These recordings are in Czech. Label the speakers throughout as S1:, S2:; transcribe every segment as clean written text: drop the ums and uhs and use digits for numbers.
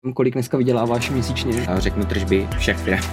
S1: Kolik dneska vyděláváš měsíčně?
S2: Já řeknu tržby všech firm.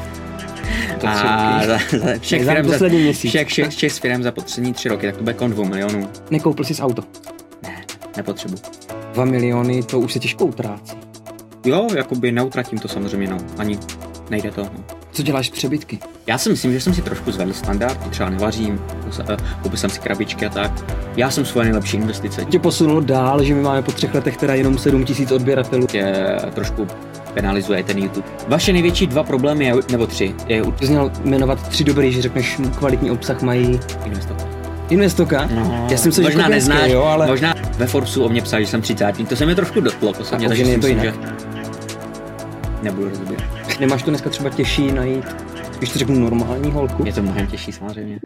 S2: Všech firm za poslední 3 roky, tak to bude kolem 2 milionů.
S1: Nekoupil jsi auto?
S2: Ne, nepotřebuji.
S1: 2 miliony, to už se těžko utrácí.
S2: Jo, jakoby neutratím to samozřejmě, no. Ani nejde to, no.
S1: Co děláš s přebytky?
S2: Já si myslím, že jsem si trošku zvedl standard, třeba nevařím, koupil jsem si krabičky a tak. Já jsem svoje nejlepší investice.
S1: Tě posunulo dál, že my máme po 3 letech teda jenom 7 000 odběratelů.
S2: Tě trošku penalizuje ten YouTube. Vaše největší 2 problémy, nebo 3, je...
S1: Ty jsi měl jmenovat 3 dobrý, že řekneš kvalitní obsah mají... Investoka?
S2: No,
S1: já jsem se
S2: možná neznáš,
S1: jo, ale...
S2: možná ve Forbesu o mě psali, že jsem 30. To se mi trošku dotklo, to se mě, takže si myslím, že nebudu rozbírat.
S1: Nemáš to dneska třeba těžší najít, když to řeknu, normální holku?
S2: Je to mnohem těžší samozřejmě.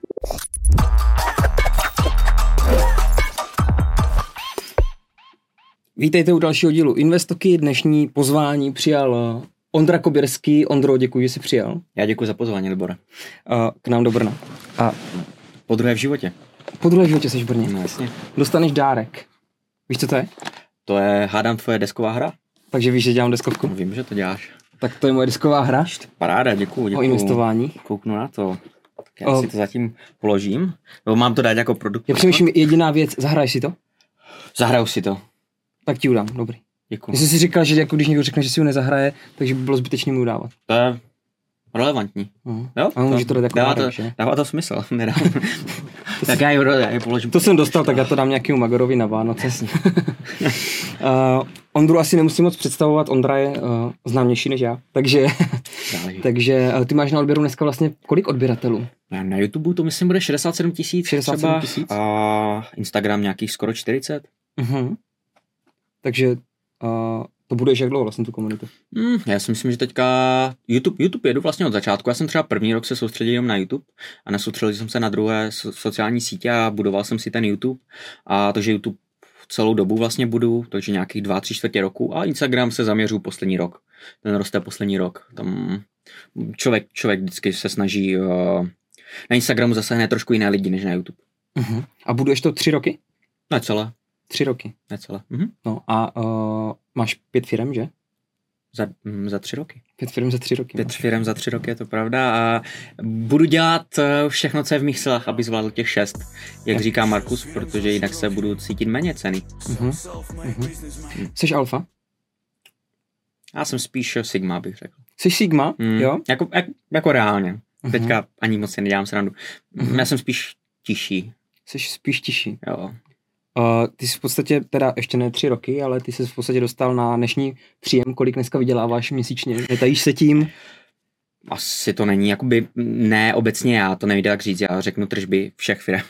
S1: Vítejte u dalšího dílu Investoky. Dnešní pozvání přijal Ondra Koběrský. Ondro, děkuji, že jsi přijal.
S2: Já děkuji za pozvání, Libore.
S1: K nám do Brna. A
S2: podruhé v životě.
S1: Podruhé v životě jsi v Brně.
S2: No jasně.
S1: Dostaneš dárek. Víš, co to je?
S2: To je, hádám, tvoje desková hra.
S1: Takže víš, že dělám deskovku?
S2: No, vím, že to děláš.
S1: Tak to je moje desková hra.
S2: Paráda, děkuju.
S1: O investování.
S2: Kouknu na to. Tak já si to zatím položím. Nebo mám to dát jako produkt.
S1: Já přemýšlím, jediná věc, zahraješ si to?
S2: Zahraju si to.
S1: Tak ti udám, dobrý.
S2: Děkuju.
S1: Jestli jsi říkal, že jako když někdo řekne, že si ho nezahraje, takže by bylo zbytečně mu udávat.
S2: To je relevantní.
S1: Jo? A může to dát jako
S2: dává to smysl. Tak já ji položím.
S1: To jsem dostal, tak já to dám nějakému Magorovi na Vánoce. Ondru asi nemusím moc představovat, Ondra je známější než já, takže ty máš na odběru dneska vlastně kolik odběratelů?
S2: Na YouTube to myslím bude 67 000
S1: třeba
S2: a Instagram nějakých skoro 40.
S1: Takže to budeš jak dlouho vlastně tu komunitu?
S2: Já si myslím, že teďka YouTube jedu vlastně od začátku. Já jsem třeba první rok se soustředil jenom na YouTube a nesoustředil jsem se na druhé sociální sítě a budoval jsem si ten YouTube. A takže YouTube celou dobu vlastně budu, takže nějakých 2-3 roku a Instagram se zaměřuju poslední rok. Ten roste poslední rok. Tam člověk vždycky se snaží, na Instagramu zasáhne trošku jiné lidi než na YouTube.
S1: A buduješ to 3 roky?
S2: Necelé.
S1: 3 roky.
S2: Necelé.
S1: No a máš 5 firem, že?
S2: Za 3 roky.
S1: 5 firem za 3 roky.
S2: 5 firem za 3 roky, je to pravda. A budu dělat všechno, co je v mých silách, aby zvládl těch 6. Jak říká Markus, protože jinak se budu cítit méně cenný.
S1: Jsi alfa?
S2: Já jsem spíš Sigma, bych řekl.
S1: Jsi Sigma? Jo?
S2: Jako reálně. Teďka ani moc si nedělám srandu. Já jsem spíš tišší.
S1: Jsi spíš tišší.
S2: Jo.
S1: Ty jsi v podstatě, teda ještě ne 3 roky, ale ty jsi v podstatě dostal na dnešní příjem, kolik dneska vyděláváš měsíčně. Netajíš se tím?
S2: Asi to není, jakoby, ne obecně já, to nejde tak říct, já řeknu tržby všech firm.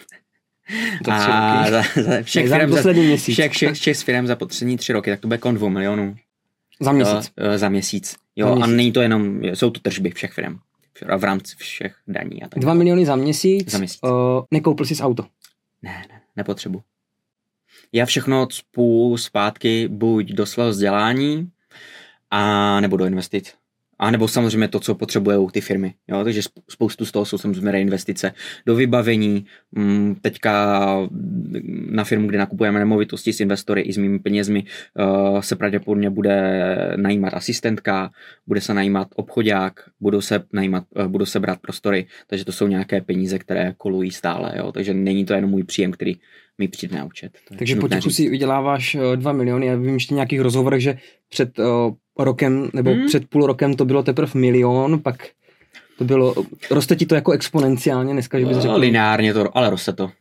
S2: Všech firm za poslední 3 roky, tak to bude kolem 2 milionů.
S1: Za měsíc?
S2: Za měsíc. Jo, a není to jenom, jsou to tržby všech firm. V rámci všech daní a tak.
S1: 2 miliony za měsíc?
S2: Za měsíc.
S1: Nekoupil jsi auto?
S2: Ne, nepotřebuji. Já všechno cpu zpátky buď do svého vzdělání, a nebo do investic. A nebo samozřejmě to, co potřebují ty firmy. Jo? Takže spoustu z toho jsou samozřejmě reinvestice do vybavení. Teďka na firmu, kde nakupujeme nemovitosti s investory i s mými penězmi, se pravděpodobně bude najímat asistentka, bude se najímat obchodák, budou se brát prostory, takže to jsou nějaké peníze, které kolují stále. Jo? Takže není to jenom můj příjem, který mi přijde na účet.
S1: Takže potichu si vyděláváš 2 miliony. Já vím ještě nějakých rozhovorech, že před rokem nebo před půl rokem to bylo teprve 1 milion, pak to bylo, roste ti to jako exponenciálně dneska, že bys řekl?
S2: Lineárně to, ale roste to.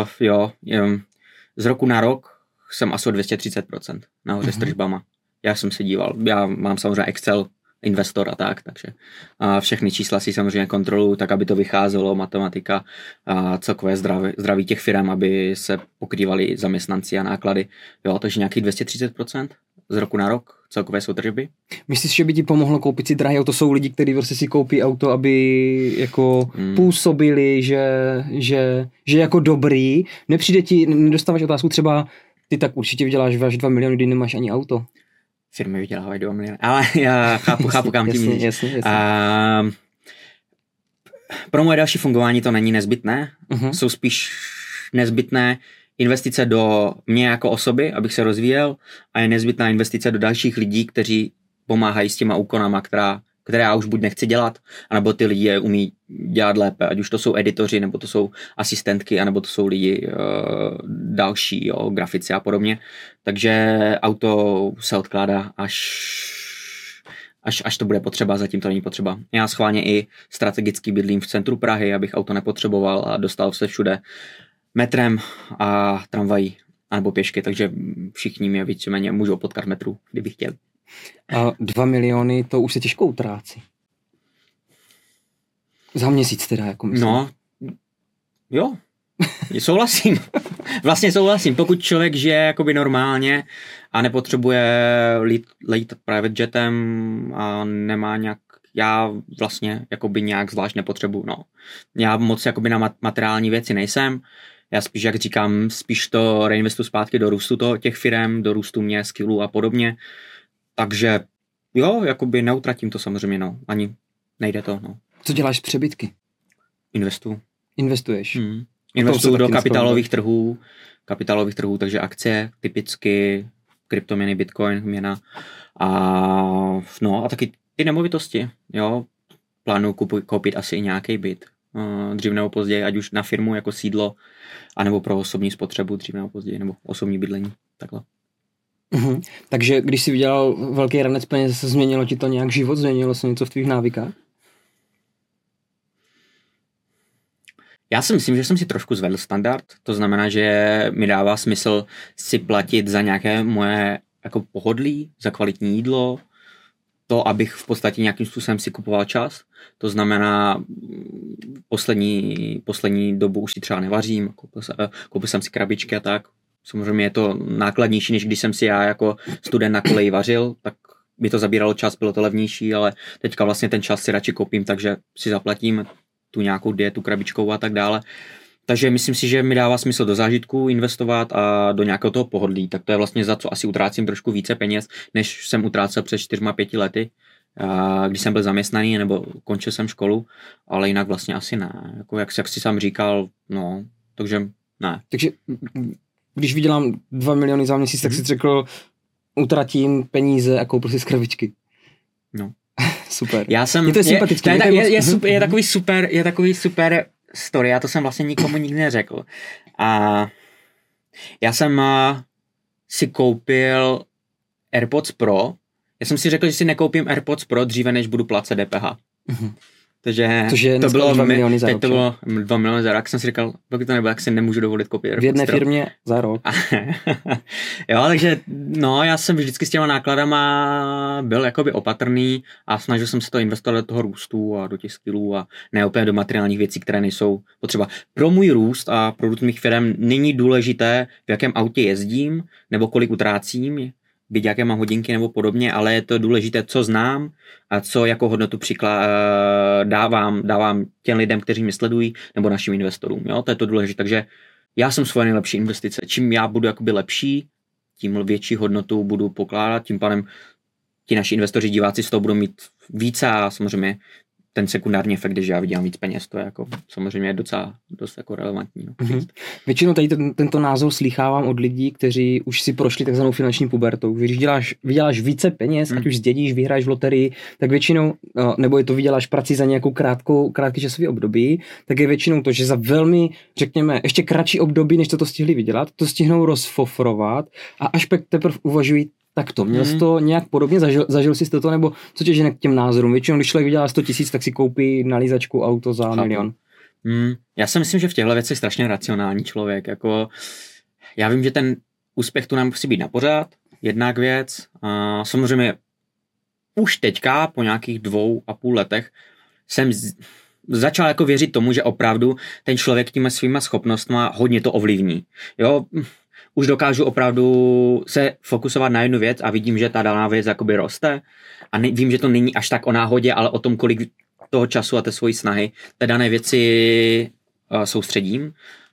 S2: Z roku na rok jsem asi o 230% nahoře s tržbama. Já jsem se díval, já mám samozřejmě Excel, investor a tak, takže všechny čísla si samozřejmě kontroluju, tak aby to vycházelo, matematika a celkové zdraví těch firm, aby se pokrývaly zaměstnanci a náklady. Jo, takže nějakých 230% z roku na rok celkové jsou tržby. Myslíš,
S1: že by ti pomohlo koupit si drahé auto? Jsou lidi, kteří prostě si koupí auto, aby jako působili, že jako dobrý. Nepřijde ti, nedostáváš otázku třeba, ty tak určitě vyděláš až 2 miliony, kdy nemáš ani auto.
S2: Firmy vydělávají 2 miliony, ale já chápu kam tím jít.
S1: Jasně.
S2: Pro moje další fungování to není nezbytné, jsou spíš nezbytné investice do mě jako osoby, abych se rozvíjel, a je nezbytná investice do dalších lidí, kteří pomáhají s těma úkonama, které já už buď nechci dělat, anebo ty lidi je umí dělat lépe, ať už to jsou editoři, nebo to jsou asistentky, anebo to jsou lidi další, jo, grafici a podobně. Takže auto se odkládá až to bude potřeba, zatím to není potřeba. Já schválně i strategicky bydlím v centru Prahy, abych auto nepotřeboval a dostal se všude metrem a tramvají, anebo pěšky, takže všichni mě víceméně můžou potkat v metru, kdyby chtěli.
S1: A 2 miliony, to už se těžko utrácí. Za měsíc teda, jako myslím.
S2: No, jo, souhlasím. Vlastně souhlasím. Pokud člověk žije jakoby normálně a nepotřebuje letět private jetem a nemá nějak, já vlastně jakoby nějak zvlášť nepotřebuji, no. Já moc jakoby na materiální věci nejsem. Já spíš, jak říkám, spíš to reinvestuji zpátky do růstu těch firem, do růstu mě, skillů a podobně. Takže jo, jakoby neutratím to samozřejmě, no. Ani nejde to, no.
S1: Co děláš s přebytky? Investuješ?
S2: Investuju do kapitálových trhů, takže akcie, typicky kryptoměny, bitcoin, měna a taky ty nemovitosti, jo. Plánuju koupit asi i nějaký byt. Dřív nebo později, ať už na firmu jako sídlo, anebo pro osobní spotřebu dřív nebo později, nebo osobní bydlení, takhle.
S1: Takže když jsi vydělal velký ranec peněz, změnilo ti to nějak život? Změnilo se něco v tvých návykách?
S2: Já si myslím, že jsem si trošku zvedl standard, to znamená, že mi dává smysl si platit za nějaké moje jako pohodlí, za kvalitní jídlo, to, abych v podstatě nějakým způsobem si kupoval čas. To znamená, poslední dobu už si třeba nevařím, koupil jsem si krabičky a tak. Samozřejmě je to nákladnější, než když jsem si já jako student na koleji vařil, tak by to zabíralo čas, bylo to levnější, ale teďka vlastně ten čas si radši koupím, takže si zaplatím tu nějakou dietu krabičkou a tak dále. Takže myslím si, že mi dává smysl do zážitku investovat a do nějakého toho pohodlí. Tak to je vlastně za co asi utrácím trošku více peněz, než jsem utrácel před 4-5 lety, když jsem byl zaměstnaný nebo končil jsem školu, ale jinak vlastně asi ne. Jako jak si sám říkal, no, takže ne.
S1: Takže když vydělám 2 miliony za měsíc, tak si řekl, utratím peníze a koupil si z krabičky.
S2: No.
S1: Super.
S2: Je to sympatický. Je takový super story, já to jsem vlastně nikomu nikdy neřekl. A já jsem si koupil AirPods Pro. Já jsem si řekl, že si nekoupím AirPods Pro dříve, než budu placet DPH. Takže
S1: to bylo 2 miliony za rok.
S2: To bylo 2 miliony za rok. Jsem si říkal, pokud to nebude, jak si nemůžu dovolit koupit AirPods.
S1: V jedné firmě za rok.
S2: Jo, takže no, já jsem vždycky s těma nákladama byl jakoby opatrný a snažil jsem se to investovat do toho růstu a do těch skillů a ne úplně do materiálních věcí, které nejsou potřeba. Pro můj růst a pro růst mých firm není důležité, v jakém autě jezdím nebo kolik utrácím, byť jaké mám hodinky nebo podobně, ale je to důležité, co znám a co jako hodnotu dávám těm lidem, kteří mě sledují, nebo našim investorům. Jo? To je to důležité. Takže já jsem svoje nejlepší investice. Čím já budu jakoby lepší, tím větší hodnotu budu pokládat, tím pádem ti naši investoři, diváci z toho budou mít více a samozřejmě ten sekundární efekt, když já vydělám víc peněz, to je jako samozřejmě docela dost jako relevantní. No.
S1: Většinou tady tento názor slýchávám od lidí, kteří už si prošli takzvanou finanční pubertou. Když vyděláš více peněz, ať už zdědíš, vyhráš v loterii, tak většinou, nebo je to vyděláš prací za nějakou krátký časový období, tak je většinou to, že za velmi, řekněme, ještě kratší období, než to stihli vydělat, to stihnou rozfofrovat a až pak teprve uvažují, tak to, měl jsi to nějak podobně, zažil jsi to, nebo co tě žene k těm názorům? Většinou, když člověk vydělá 100 000, tak si koupí na lízačku auto za 1 milion.
S2: Já si myslím, že v těchto věcech je strašně racionální člověk. Jako, já vím, že ten úspěch tu nám musí být na pořád, jednak věc. A samozřejmě už teďka, po nějakých 2,5 letech, jsem začal jako věřit tomu, že opravdu ten člověk těma svýma schopnostma hodně to ovlivní. Jo, už dokážu opravdu se fokusovat na jednu věc a vidím, že ta daná věc jakoby roste a vím, že to není až tak o náhodě, ale o tom, kolik toho času a té svojí snahy té dané věci soustředím.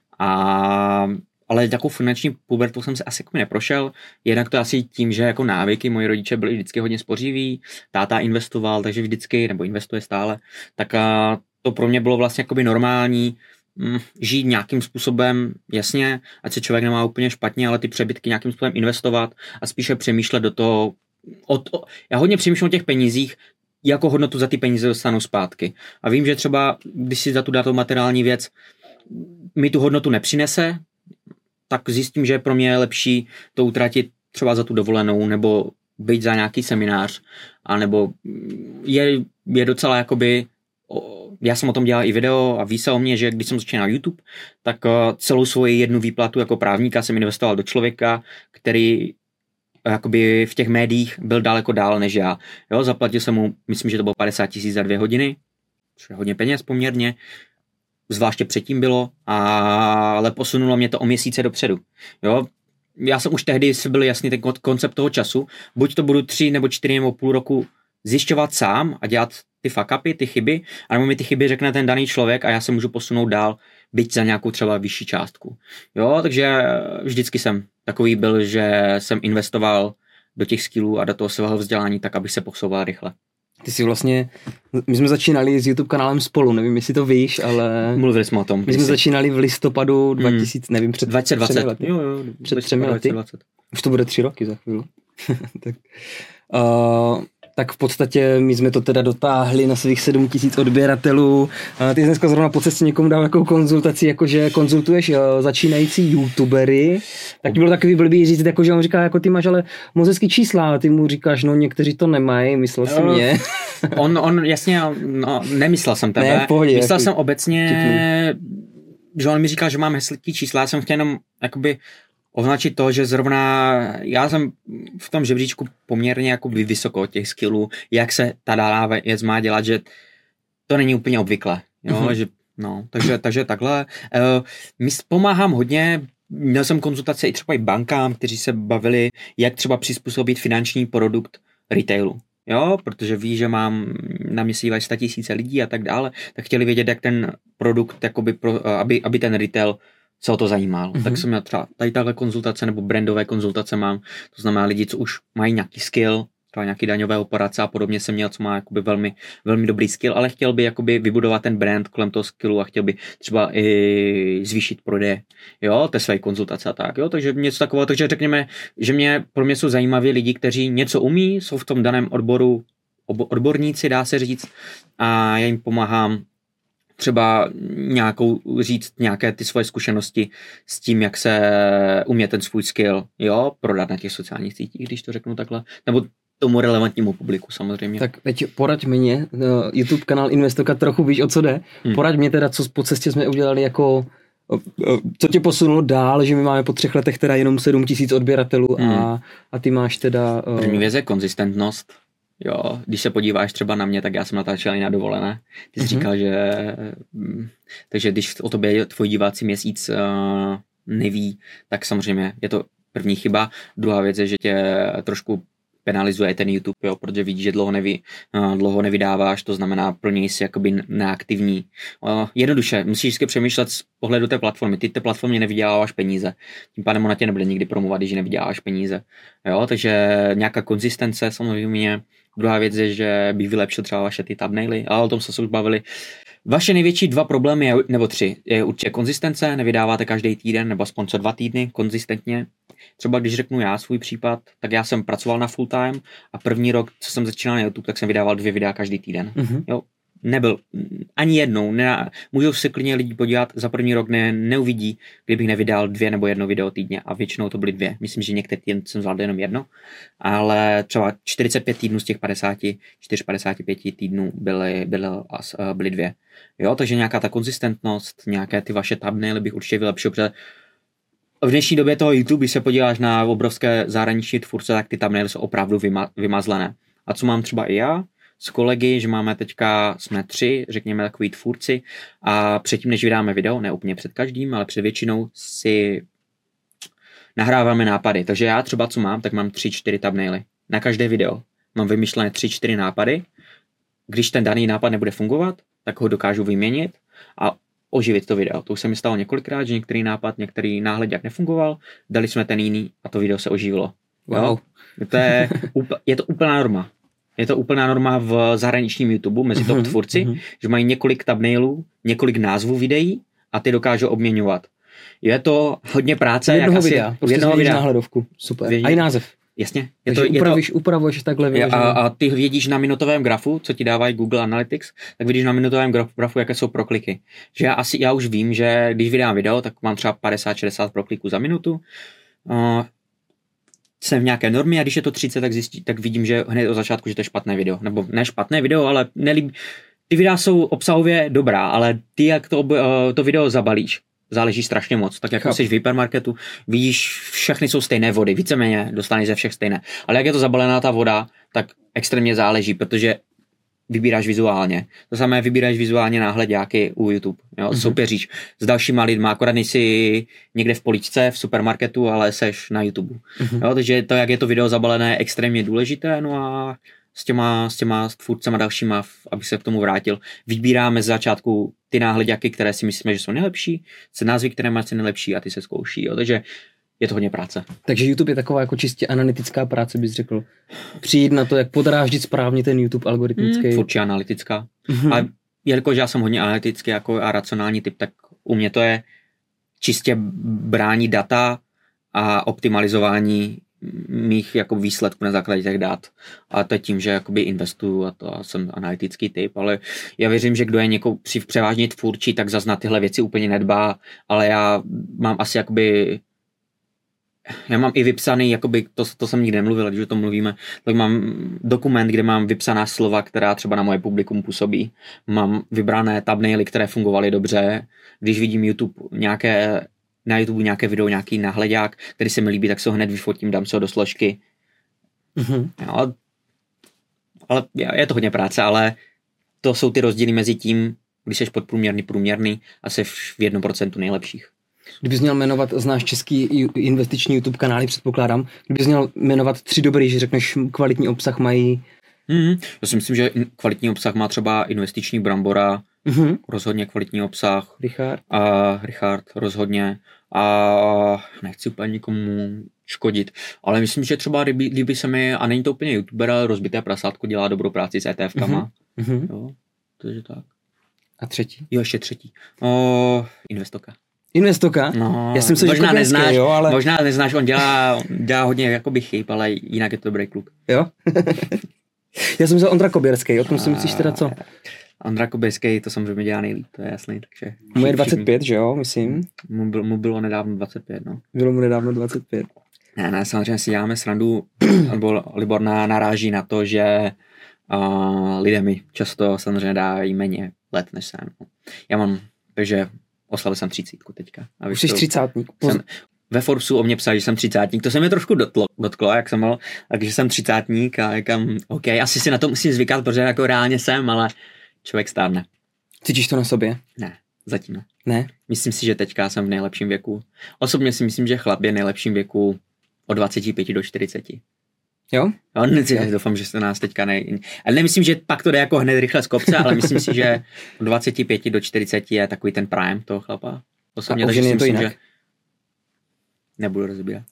S2: Ale takovou finanční pubertu jsem se asi jako neprošel, jednak to asi tím, že jako návyky, moji rodiče byli vždycky hodně spořiví, táta investoval, takže vždycky, nebo investuje stále, tak to pro mě bylo vlastně jakoby normální, žít nějakým způsobem, jasně, ať se člověk nemá úplně špatně, ale ty přebytky nějakým způsobem investovat a spíše přemýšlet do toho, já hodně přemýšlím o těch penězích, jako hodnotu za ty peníze dostanu zpátky. A vím, že třeba, když si za tu datou materiální věc mi tu hodnotu nepřinese, tak zjistím, že pro mě je lepší to utratit třeba za tu dovolenou, nebo být za nějaký seminář, anebo je docela jakoby, já jsem o tom dělal i video a ví se o mě, že když jsem začínal YouTube, tak celou svoji jednu výplatu jako právníka jsem investoval do člověka, který jakoby v těch médiích byl daleko dál než já. Jo, zaplatil jsem mu, myslím, že to bylo 50 000 za 2 hodiny, což je hodně peněz poměrně, zvláště předtím bylo, ale posunulo mě to o měsíce dopředu. Jo, já jsem už tehdy byl jasný ten koncept toho času, buď to budu 3 nebo 4 nebo půl roku zjišťovat sám a dělat ty fuck-upy, ty chyby, anebo mi ty chyby řekne ten daný člověk a já se můžu posunout dál, byť za nějakou třeba vyšší částku. Jo, takže vždycky jsem takový byl, že jsem investoval do těch skillů a do toho svého vzdělání tak, abych se posouval rychle.
S1: Ty jsi vlastně, my jsme začínali s YouTube kanálem spolu, nevím, jestli to víš, ale...
S2: Mluvili jsme o tom.
S1: My jsme začínali v listopadu 2000, nevím, před
S2: 2020.
S1: 3 lety.
S2: Jo,
S1: před 3 lety.
S2: 2020.
S1: Už to bude 3 roky za chvíli. Tak v podstatě my jsme to teda dotáhli na svých 7 000 odběratelů. Ty jsi dneska zrovna po cestě někomu dal jakou konzultaci, jakože konzultuješ začínající youtubery. Tak ti bylo takový blbý říct, jakože on říká, jako ty máš ale moc hezký čísla, a ty mu říkáš, no někteří to nemají, myslel si mě.
S2: On jasně, no, nemyslel jsem tebe.
S1: Ne, pohodě,
S2: myslel jsem obecně, že on mi říkal, že mám hezký čísla, já jsem chtěl jenom jakoby označit to, že zrovna já jsem v tom žebříčku poměrně jako vysoko těch skillů, jak se ta daná věc má dělat, že to není úplně obvyklé. Jo? Že, no, takže takhle. Pomáhám hodně, měl jsem konzultace i třeba i bankám, kteří se bavili, jak třeba přizpůsobit finanční produkt retailu. Jo, protože ví, že mám na mě se dívají 100 000 lidí a tak dále, tak chtěli vědět, jak ten produkt, jakoby aby ten retail se o to zajímal. Tak jsem měl třeba tady tahle konzultace nebo brandové konzultace mám, to znamená lidi, co už mají nějaký skill, třeba nějaký daňového poradce a podobně jsem měl, co má jakoby velmi, velmi dobrý skill, ale chtěl by jakoby vybudovat ten brand kolem toho skillu a chtěl by třeba i zvýšit prodeje, jo, té své konzultace a tak, jo, takže něco takového, takže řekněme, že pro mě jsou zajímaví lidi, kteří něco umí, jsou v tom daném odboru odborníci, dá se říct, a já jim pomáhám třeba říct nějaké ty svoje zkušenosti s tím, jak se umě ten svůj skill, jo, prodat na těch sociálních sítích, když to řeknu takhle, nebo tomu relevantnímu publiku samozřejmě.
S1: Tak teď poraď mě, YouTube kanál Investoka, trochu víš, o co jde. Poraď mě teda, co po cestě jsme udělali jako, co tě posunulo dál, že my máme po 3 letech teda jenom 7 000 odběratelů a ty máš teda...
S2: První věc je konzistentnost. Jo, když se podíváš třeba na mě, tak já jsem natáčel i na dovolené. Ty jsi říkal, že... Takže když o tobě tvůj diváci měsíc neví, tak samozřejmě je to první chyba. Druhá věc je, že tě trošku penalizuje ten YouTube, jo, protože vidíš, že dlouho nevydáváš, to znamená pro něj jsi jakoby neaktivní. Jednoduše, musíš vždycky přemýšlet z pohledu té platformy. Ty té platformě nevyděláváš peníze. Tím pádem ona tě nebude nikdy promovat, když nevyděláváš peníze. Jo, takže nějaká konzistence samozřejmě. Druhá věc je, že bych vylepšil třeba vaše ty thumbnaily, ale o tom se už bavili. Vaše největší 2 problémy, nebo 3, je určitě konzistence, nevydáváte každý týden nebo aspoň co 2 týdny konzistentně. Třeba když řeknu já svůj případ, tak já jsem pracoval na full time a první rok, co jsem začínal na YouTube, tak jsem vydával 2 videa každý týden. Jo, nebyl ani jednou, můžou se klidně lidi podívat, za první rok neuvidí, kdybych nevydal 2 nebo 1 video týdně a většinou to byly 2. Myslím, že některý týden jsem zvládl jenom 1, ale třeba 45 týdnů z těch 54-55 týdnů byly 2. Jo, takže nějaká ta konzistentnost, nějaké ty vaše thumbnaily bych určitě vylepšil, protože v dnešní době toho YouTube, když se podíváš na obrovské zahraniční tvůrce, tak ty thumbnaily jsou opravdu vymazlené. A co mám třeba i já s kolegy, že jsme 3, řekněme takový tvůrci a předtím, než vydáme video, ne úplně před každým, ale před většinou si nahráváme nápady. Takže já třeba co mám, tak mám 3-4 thumbnaily. Na každé video mám vymyšlené 3-4 nápady. Když ten daný nápad nebude fungovat, tak ho dokážu vyměnit a oživit to video. To už se mi stalo několikrát, že některý nápad, některý náhled jak nefungoval, dali jsme ten jiný a to video se oživilo.
S1: Wow.
S2: Je to úplná norma. Je to úplná norma v zahraničním YouTube mezi top tvůrci, že mají několik thumbnailů, několik názvů videí a ty dokážou obměňovat. Je to hodně práce.
S1: Jednoho videa. Prostě jednoho videa. Náhledovku. Super. A i název.
S2: Jasně.
S1: Upravuješ takhle
S2: vyloženě. A ty vidíš na minutovém grafu, co ti dávají Google Analytics, tak vidíš na minutovém grafu, jaké jsou prokliky. Že já už vím, že když vydám video, tak mám třeba 50-60 prokliků za minutu. Jsem v nějaké normě a když je to 30, tak vidím, že hned od začátku, že to je špatné video. Nebo ne špatné video, ale ty videa jsou obsahově dobrá, ale ty, jak to video zabalíš, záleží strašně moc. Tak jako jsi v hypermarketu, vidíš, všechny jsou stejné vody, víceméně dostaneš ze všech stejné. Ale jak je to zabalená ta voda, tak extrémně záleží, protože vybíráš vizuálně. To samé vybíráš vizuálně náhledáky u YouTube. Jo? Soupeříš s dalšíma lidma, akorát nejsi někde v poličce, v supermarketu, ale seš na YouTube. Jo? Takže to, jak je to video zabalené, je extrémně důležité. No a s těma tvůrcema dalšíma, abych se k tomu vrátil, vybíráme z začátku ty náhledáky, které si myslíme, že jsou nejlepší, se názvy, které máš nejlepší a ty se zkouší. Jo? Takže je to hodně práce.
S1: Takže YouTube je taková jako čistě analytická práce, bys řekl. Přijít na to, jak podráždit správně ten YouTube algoritmický.
S2: Furt analytická. A jelikož já jsem hodně analytický jako a racionální typ, tak u mě to je čistě brání data a optimalizování mých jako výsledků na základě těch dat. A to je tím, že jakoby investuju a jsem analytický typ, ale já věřím, že kdo je převážně tvůrčí, tak zas na tyhle věci úplně nedbá, ale já mám asi jakoby já mám i vypsaný, jakoby, to jsem nikdy nemluvil, když o tom mluvíme, tak mám dokument, kde mám vypsaná slova, která třeba na moje publikum působí. Mám vybrané thumbnaily, které fungovaly dobře. Když vidím na YouTube nějaké video, nějaký náhledák, který se mi líbí, tak se ho hned vyfotím, dám se ho do složky. Jo, ale je to hodně práce, ale to jsou ty rozdíly mezi tím, když jsi podprůměrný, průměrný a jsi v 1% nejlepších.
S1: Kdybys měl jmenovat, znáš český investiční YouTube kanály, předpokládám, kdybys měl jmenovat 3 dobrý, že řekneš kvalitní obsah mají...
S2: Já si myslím, že kvalitní obsah má třeba investiční Brambora, rozhodně kvalitní obsah. Richard, rozhodně. A nechci úplně nikomu škodit, ale myslím, že třeba líbí se mi, a není to úplně YouTuber, ale Rozbité prasátko dělá dobrou práci s ETFkama. Jo, takže tak.
S1: A třetí?
S2: Jo, ještě třetí.
S1: Investoka?
S2: No,
S1: já jsem se
S2: možná neznáš,
S1: jo, ale...
S2: možná neznáš, on dělá hodně jakoby chyb, ale jinak je to dobrý kluk.
S1: Jo? Já jsem myslel Ondra Koběrský, o tom si myslíš teda co?
S2: Ondra Koběrský to samozřejmě dělá nejlíp, to je jasný, takže...
S1: Mu je 25, že jo, myslím?
S2: Mu bylo nedávno 25, no.
S1: Bylo mu nedávno 25.
S2: Ne, samozřejmě si děláme srandu, nebo Libor naráží na to, že lidé mi často samozřejmě dají méně let, než jsem. Já mám, takže oslavil jsem 30 teďka.
S1: Už jsi 30.
S2: Ve Forbesu o mě psali, že jsem 30. To se mě trošku dotklo, jak jsem mal, takže jsem 30. a říkám, OK, asi si na to musím zvykat, protože jako reálně jsem, ale člověk stárne.
S1: Cítíš to na sobě?
S2: Ne, zatím ne.
S1: Ne?
S2: Myslím si, že teďka jsem v nejlepším věku. Osobně si myslím, že chlap je v nejlepším věku od 25 do 40.
S1: Jo?
S2: Doufám, že se nás teďka ale nemyslím, že pak to jde jako hned rychle z kopce, ale myslím si, že od 25 do 40 je takový ten prime toho chlapa. Osobně, takže si myslím, že nebudu rozbírat.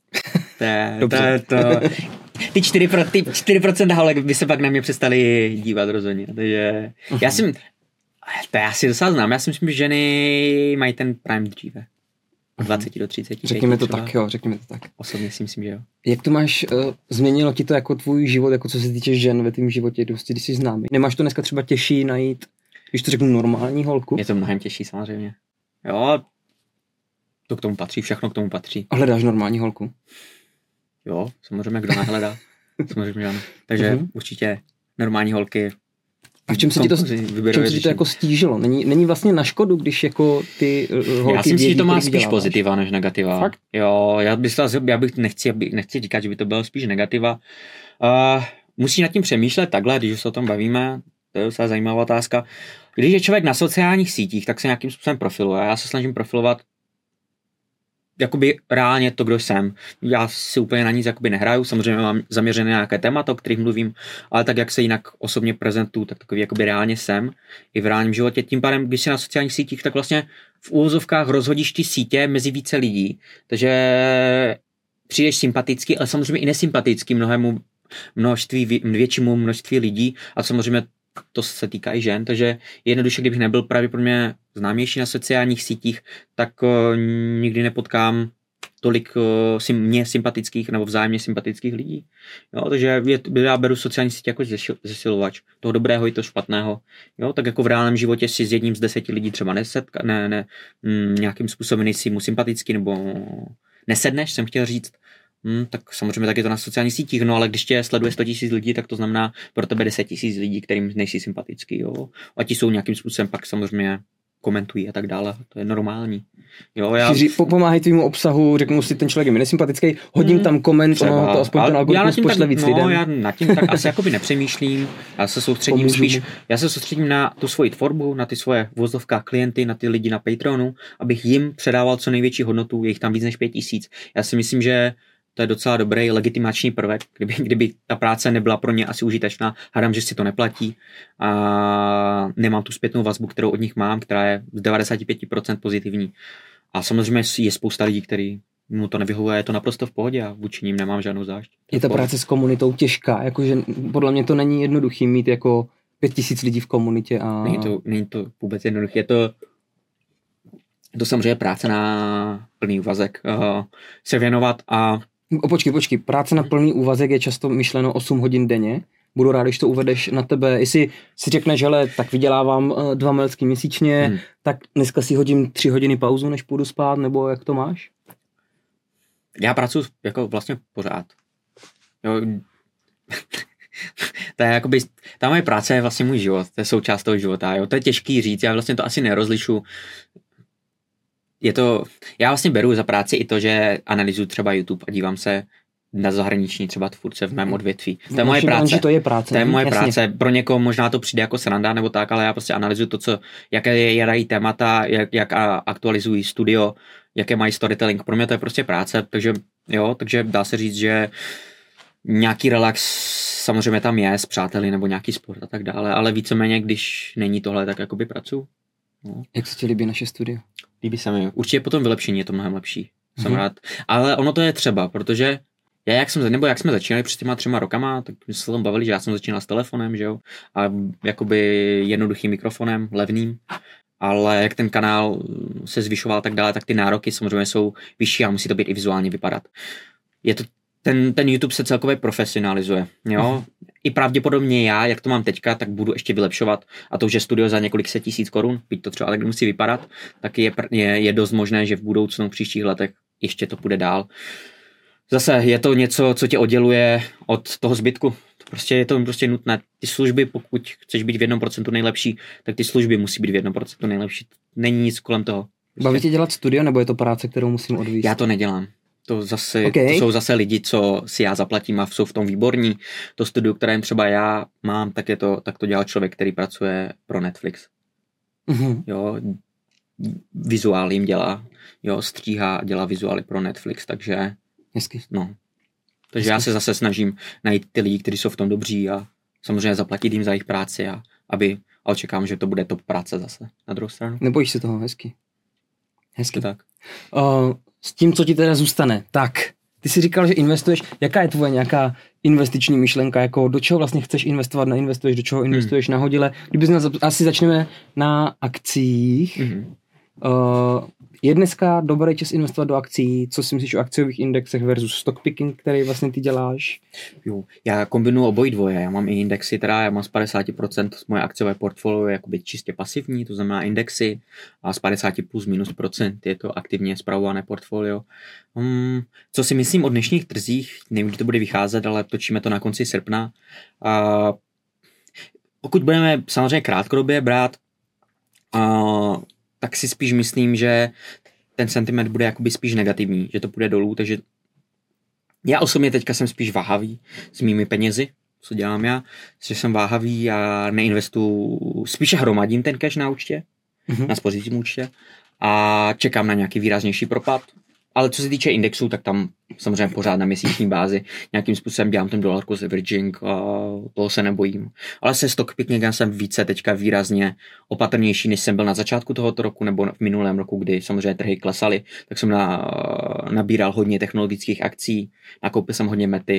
S2: Ty 4% holek by se pak na mě přestali dívat rozhodně. Takže já si docela znám. Já si myslím, že ženy mají ten prime dříve. Od 20 do 30.
S1: Řekněme to tak, jo, řekněme to tak.
S2: Osobně si myslím, že jo.
S1: Jak to máš, změnilo ti to jako tvůj život, jako co se týče žen ve tvém životě, když jsi známý? Nemáš to dneska třeba těžší najít, když to řeknu, normální holku?
S2: Je to mnohem těžší samozřejmě. Jo, to k tomu patří, všechno k tomu patří.
S1: A hledáš normální holku?
S2: Jo, samozřejmě, kdo nehledá. Samozřejmě ano. Takže určitě normální holky.
S1: A v čem se ti to jako stížilo? Není vlastně na škodu, když jako ty holky...
S2: Já si myslím, že to má spíš pozitiva než negativa.
S1: Fakt?
S2: Jo, nechci říkat, že by to bylo spíš negativa. Musí nad tím přemýšlet takhle, když se o tom bavíme. To je docela zajímavá otázka. Když je člověk na sociálních sítích, tak se nějakým způsobem profiluje. Já se snažím profilovat jakoby reálně to, kdo jsem. Já si úplně na nic jakoby nehraju, samozřejmě mám zaměřené nějaké témata, o kterých mluvím, ale tak, jak se jinak osobně prezentuju, tak takový jakoby reálně jsem i v reálném životě. Tím pádem, když jsi na sociálních sítích, tak vlastně v úvozovkách rozhodíš ty sítě mezi více lidí. Takže přijdeš sympatický, ale samozřejmě i nesympatický většímu množství lidí a samozřejmě to se týká i žen, takže jednoduše, kdybych nebyl pravděpodobně známější na sociálních sítích, tak nikdy nepotkám tolik mě sympatických nebo vzájemně sympatických lidí. Jo, takže já beru sociální sítě jako zesilovač toho dobrého i toho špatného. Jo, tak jako v reálném životě si s jedním z 10 lidí třeba nějakým způsobem nejsi mu sympatický nebo nesedneš, jsem chtěl říct, tak samozřejmě tak je to na sociálních sítích, no ale když tě sleduje 100 000 lidí, tak to znamená pro tebe 10 000 lidí, kterým nejsi sympatický, jo. A ti jsou nějakým způsobem pak samozřejmě komentují a tak dále, to je normální. Jo,
S1: pomáhají tvýmu obsahu, řeknu si, ten člověk je mi nesympatický, hodím tam koment, třeba, to aspoň ten algoritmus pošle víc lidem.
S2: Já nad tím tak asi jakoby nepřemýšlím, já se soustředím na tu svoji tvorbu, na ty svoje vozovka klienty, na ty lidi na Patreonu, abych jim předával co největší hodnotu, je jich tam víc než 5 000. Já si myslím, že to je docela dobrý legitimační prvek, kdyby ta práce nebyla pro ně asi užitečná, hádám, že si to neplatí a nemám tu zpětnou vazbu, kterou od nich mám, která je z 95% pozitivní. A samozřejmě je spousta lidí, který mu to nevyhovuje, je to naprosto v pohodě a vůči ním nemám žádnou zášť.
S1: Je ta práce s komunitou těžká, jakože podle mě to není jednoduchý mít jako 5 000 lidí v komunitě. A...
S2: Není to vůbec jednoduché, je to samozřejmě práce na plný úvazek, se věnovat a
S1: Počkej, práce na plný úvazek je často myšleno 8 hodin denně. Budu rád, když to uvedeš na tebe. Jestli si řekneš, hele, tak vydělávám 2 milsky měsíčně, tak dneska si hodím 3 hodiny pauzu, než půjdu spát, nebo jak to máš?
S2: Já pracuji jako vlastně pořád. Jo. To je jakoby, ta moje práce je vlastně můj život, to je součást toho života. Jo. To je těžký říct, já vlastně to asi nerozlišu. Já vlastně beru za práci i to, že analyzuju třeba YouTube a dívám se na zahraniční třeba tvůrce v mém odvětví. To je moje práce.
S1: To je práce.
S2: To je moje práce. Pro někoho možná to přijde jako sranda nebo tak, ale já prostě analyzuju to, jaké je témata, jak aktualizují studio, jaké mají storytelling. Pro mě to je prostě práce, takže dá se říct, že nějaký relax samozřejmě tam je s přáteli nebo nějaký sport a tak dále, ale víceméně, když není tohle, tak jakoby pracuju. No.
S1: Jak se ti líbí naše studio?
S2: Líbí se mi. Určitě po tom vylepšení je to mnohem lepší. Jsem rád. Ale ono to je třeba, protože jak jsme začínali před těma 3 rokama, tak jsme se tam bavili, že já jsem začínal s telefonem, že jo, a jakoby jednoduchým mikrofonem, levným, ale jak ten kanál se zvyšoval tak dále, tak ty nároky samozřejmě jsou vyšší a musí to být i vizuálně vypadat. Je to ten YouTube se celkově profesionalizuje, jo. I pravděpodobně já, jak to mám teďka, tak budu ještě vylepšovat a to, že studio za několik set tisíc korun, byť to třeba ale musí vypadat, tak je dost možné, že v budoucnu, v příštích letech ještě to půjde dál. Zase je to něco, co tě odděluje od toho zbytku. Je to prostě nutné. Ty služby, pokud chceš být v 1% nejlepší, tak ty služby musí být v 1% nejlepší. Není nic kolem toho.
S1: Baví tě dělat studio, nebo je to práce, kterou musím odvíjet?
S2: Já to nedělám. To jsou zase lidi, co si já zaplatím a jsou v tom výborní. To studio, které třeba já mám, tak to dělá člověk, který pracuje pro Netflix. Jo, vizuál jim dělá, jo, stříhá a dělá vizuály pro Netflix, takže
S1: hezky.
S2: No. Takže já se zase snažím najít ty lidi, kteří jsou v tom dobří a samozřejmě zaplatit jim za jejich práci a očekávám, že to bude top práce zase na druhou stranu.
S1: Nebojíš se toho, hezky.
S2: Tak.
S1: S tím, co ti teda zůstane, tak ty jsi říkal, že investuješ, jaká je tvoje nějaká investiční myšlenka, jako do čeho vlastně chceš investovat, neinvestuješ, do čeho investuješ nahodile, asi začneme na akcích. Je dneska dobrý čas investovat do akcí? Co si myslíš o akciových indexech versus stock picking, který vlastně ty děláš?
S2: Jo, já kombinuju obojí dvoje. Já mám i indexy, já mám z 50% moje akciové portfolio jakoby čistě pasivní, to znamená indexy, a z 50 plus minus procent je to aktivně spravované portfolio. Co si myslím o dnešních trzích, nevím, kdy to bude vycházet, ale točíme to na konci srpna. Pokud budeme samozřejmě krátkodobě brát, tak si spíš myslím, že ten sentiment bude jakoby spíš negativní, že to půjde dolů, takže já osobně teďka jsem spíš váhavý s mými penězi, co dělám já, že jsem váhavý a neinvestuju, spíše hromadím ten cash na účtě, na spořícím účtě a čekám na nějaký výraznější propad. Ale co se týče indexu, tak tam samozřejmě pořád na měsíční bázi nějakým způsobem dělám ten dollar cost averaging a toho se nebojím. Ale se stock picking jsem více teďka výrazně opatrnější, než jsem byl na začátku tohoto roku nebo v minulém roku, kdy samozřejmě trhy klesaly, tak jsem nabíral hodně technologických akcí, nakoupil jsem hodně Mety,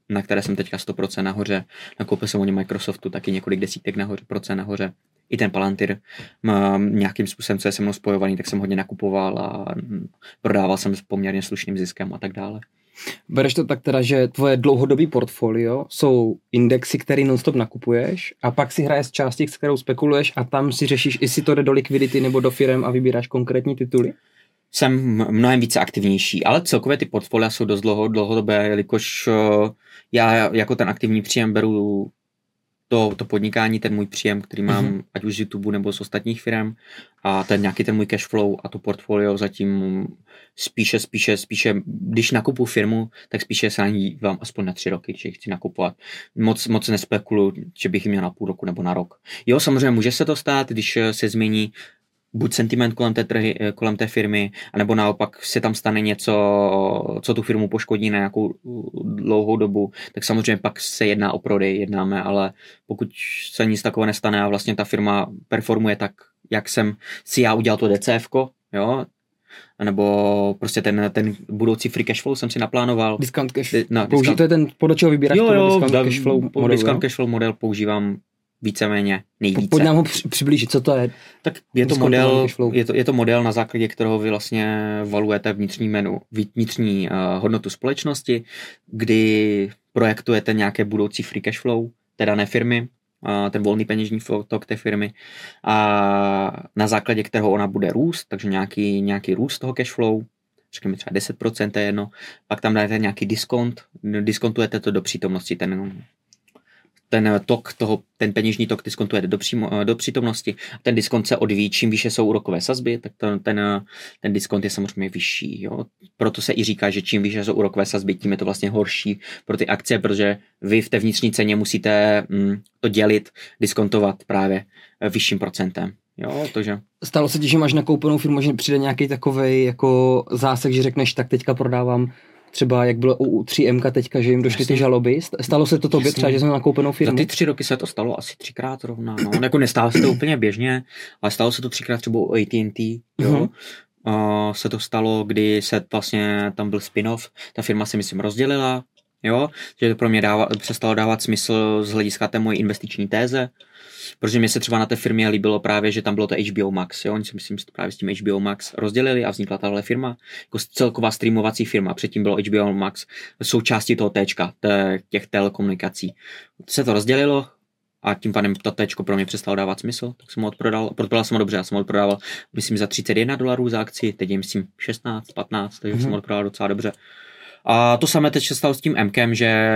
S2: na které jsem teďka 100% nahoře. Nakoupil jsem o ně Microsoftu taky několik desítek procent nahoře. I ten Palantir nějakým způsobem, co je se mnou spojovaný, tak jsem hodně nakupoval a prodával jsem s poměrně slušným ziskem a tak dále.
S1: Bereš to tak teda, že tvoje dlouhodobý portfolio jsou indexy, který non-stop nakupuješ a pak si hraješ části, s kterou spekuluješ a tam si řešíš, jestli to jde do likvidity nebo do firem a vybíráš konkrétní tituly?
S2: Jsem mnohem více aktivnější, ale celkově ty portfolia jsou dost dlouhodobé, jelikož já jako ten aktivní příjem beru to podnikání, ten můj příjem, který mám ať už z YouTube nebo z ostatních firm a ten nějaký ten můj cash flow a to portfolio zatím spíše, když nakupuju firmu, tak spíše se na ní dívám aspoň na 3 roky, že chci nakupovat. Moc nespekuluju, že bych ji měl na půl roku nebo na rok. Jo, samozřejmě může se to stát, když se změní buď sentiment kolem té firmy, anebo naopak se tam stane něco, co tu firmu poškodí na nějakou dlouhou dobu, tak samozřejmě pak se jedná o prodej, jednáme, ale pokud se nic takového nestane a vlastně ta firma performuje tak, jak jsem si já udělal to DCFko, jo, nebo prostě ten budoucí free cash flow jsem si naplánoval.
S1: Discount cash. To je ten, podle čeho vybíráš discount cash flow model?
S2: Discount cash flow model používám víceméně nejvíce.
S1: Pojď nám ho přiblížit, co to je?
S2: Tak je to model, na základě kterého vy vlastně valujete vnitřní hodnotu společnosti, kdy projektujete nějaké budoucí free cash flow té dané firmy, ten volný peněžní tok té firmy a na základě kterého ona bude růst, takže nějaký růst toho cash flow, řekněme třeba 10%, je jedno, pak tam dáte nějaký diskontujete to do přítomnosti, ten peněžní tok diskontujete do přítomnosti. Ten diskont se odvíjí, čím výše jsou úrokové sazby, tak ten diskont je samozřejmě vyšší. Jo? Proto se i říká, že čím výše jsou úrokové sazby, tím je to vlastně horší pro ty akcie, protože vy v té vnitřní ceně musíte to dělit, diskontovat právě vyšším procentem. Jo, tože.
S1: Stalo se ti, že máš nakoupenou firmu, že přijde nějaký takovej jako zásek, že řekneš, tak teďka prodávám třeba jak bylo u 3M teďka, že jim došly ty žaloby. Stalo se to tobě třeba, že jsme nakoupenou firmu?
S2: Za ty 3 roky se to stalo asi 3krát rovná. No. Jako nestalo se to úplně běžně, ale stalo se to 3krát třeba u AT&T. Jo. Se to stalo, kdy se vlastně tam byl spin-off, ta firma se myslím rozdělila, jo, že to pro mě přestalo dávat smysl z hlediska té moje investiční téze. Protože mě se třeba na té firmě líbilo právě, že tam bylo to HBO Max. Jo? Oni si myslím, že právě s tím HBO Max rozdělili a vznikla tahle firma. Jako celková streamovací firma. Předtím bylo HBO Max součástí toho Tčka, těch telekomunikací. Se to rozdělilo a tím pádem to Tčko pro mě přestalo dávat smysl. Tak jsem ho odprodal. Prodal jsem ho dobře, já jsem ho odprodával, myslím, za $31 za akci, teď je myslím 16, 15, takže jsem ho odprodal docela dobře. A to samé teď se stalo s tím Mkem, že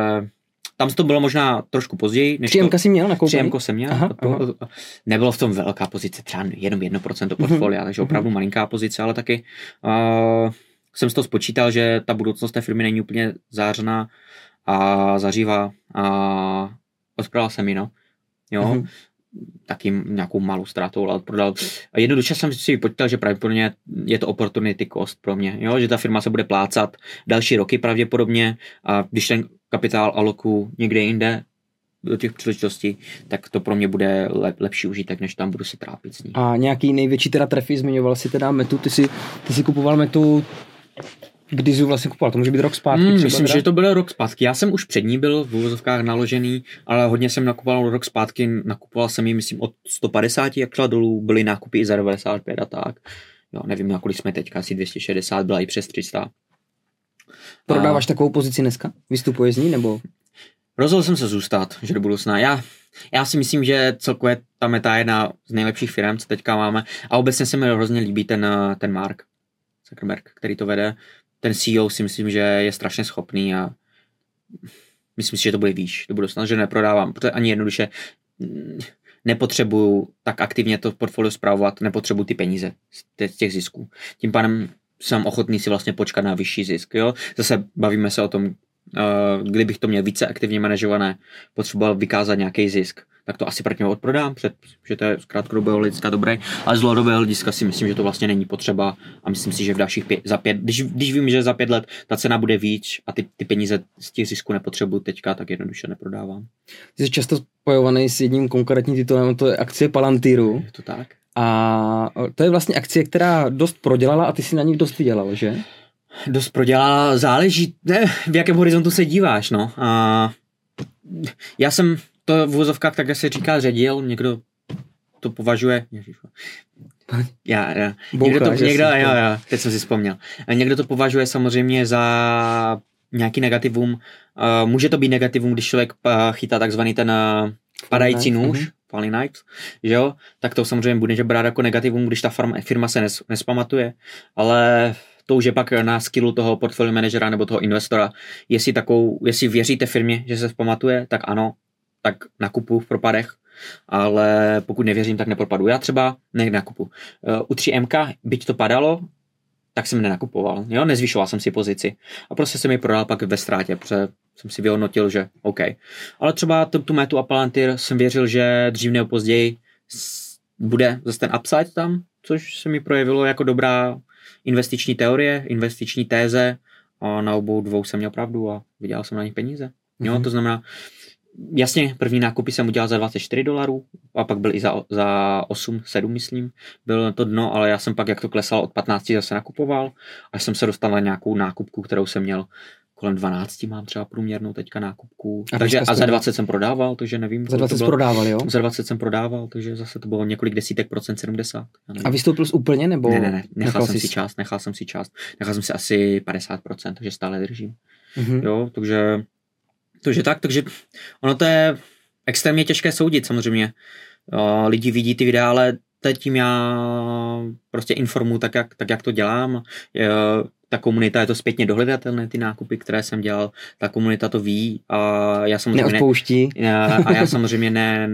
S2: tam to bylo možná trošku později.
S1: 3M si měl nakoupený?
S2: 3M jsem měl. Aha. Nebylo v tom velká pozice, třeba jenom 1% portfolia, takže opravdu malinká pozice, ale taky jsem z toho spočítal, že ta budoucnost té firmy není úplně zářná a zařívá a odprodal jsem ji, no. Jo. Taky nějakou malou ztrátou, ale prodal. Jednoduše jsem si vypočítal, že pravděpodobně je to opportunity cost pro mě, jo? Že ta firma se bude plácat další roky pravděpodobně a když ten kapitál alokuju někde jinde do těch příležitostí, tak to pro mě bude lepší užitek, než tam budu se trápit s ní.
S1: A nějaký největší teda trefy, zmiňoval si teda Metu, ty si kupoval Metu, kdy jsi vlastně kupoval, to může být rok zpátky.
S2: Myslím, že to byl rok zpátky. Já jsem už před ní byl v úvozovkách naložený, ale hodně jsem nakupoval rok zpátky, nakupoval jsem ji, myslím, od 150, jak šla dolů, byly nákupy i za 95 a tak. Jo, nevím, na kolik jsme teďka, asi 260, byla i přes 300.
S1: Prodáváš takovou pozici dneska? Vystupuje z ní, nebo?
S2: Rozhodl jsem se zůstat, že do budoucna. Já si myslím, že celkově ta Meta je jedna z nejlepších firm, co teďka máme a obecně se mi hrozně líbí ten Mark Zuckerberg, který to vede. Ten CEO si myslím, že je strašně schopný a myslím si, že to bude výš do budoucna, že neprodávám, protože ani jednoduše nepotřebuju tak aktivně to portfolio spravovat, nepotřebuju ty peníze z těch zisků. Tím pádem jsem ochotný si vlastně počkat na vyšší zisk. Jo? Zase bavíme se o tom, kdybych to měl více aktivně manažované, potřeboval vykázat nějaký zisk, tak to asi pro něho odprodám, že to je z krátkodobého hlediska dobré, ale z dlouhodobého hlediska si myslím, že to vlastně není potřeba a myslím si, že v dalších když vím, že za 5 let ta cena bude víc a ty peníze z těch zisků nepotřebuji teďka, tak jednoduše neprodávám.
S1: Ty jsi často spojovaný s jedním konkrétním titulem, to je akcie Palantiru.
S2: Je to tak?
S1: A to je vlastně akcie, která dost prodělala a ty si na ní dost vydělal, že?
S2: Dost prodělá, záleží, v jakém horizontu se díváš, no. Já jsem to v uvozovkách, tak se říká, ředil, někdo to považuje, teď jsem si vzpomněl. Někdo to považuje samozřejmě za nějaký negativum. Může to být negativum, když člověk chytá takzvaný ten padající nůž, falling knives, že jo? Tak to samozřejmě bude brát jako negativum, když ta firma se nespamatuje, ale to už je pak na skillu toho portfolio manažera nebo toho investora. Jestli věříte firmě, že se vzpamatuje, tak ano, tak nakupuju v propadech, ale pokud nevěřím, tak nepropadu. Já třeba nenakupu. U 3MK, byť to padalo, tak jsem nenakupoval. Jo? Nezvyšoval jsem si pozici. A prostě jsem ji prodal pak ve ztrátě, protože jsem si vyhodnotil, že OK. Ale třeba tu Metu a Palantir jsem věřil, že dřív nebo později bude zase ten upside tam, což se mi projevilo jako dobrá investiční teorie, investiční téze a na obou dvou jsem měl pravdu a vydělal jsem na nich peníze. Jo? To znamená, jasně, první nákupy jsem udělal za $24 a pak byl i za 8-7, myslím. Bylo to dno, ale já jsem pak, jak to klesalo od 15, zase nakupoval, až jsem se dostal na nějakou nákupku, kterou jsem měl kolem 12, mám třeba průměrnou teďka nákupku. A za 20 jsem prodával, takže nevím.
S1: Za 20 jsi prodával, jo?
S2: Za 20 jsem prodával, takže zase to bylo několik desítek procent, 70.
S1: A vystoupil jsi úplně, nebo?
S2: Ne, nechal jsem si část. Nechal jsem si asi 50%, takže stále držím. Jo, takže ono to je extrémně těžké soudit samozřejmě. Lidi vidí ty videa, ale tím já prostě informuji tak, jak to dělám. Ta komunita, je to zpětně dohledatelné, ty nákupy, které jsem dělal, ta komunita to ví a já samozřejmě
S1: neodpouští.
S2: A já samozřejmě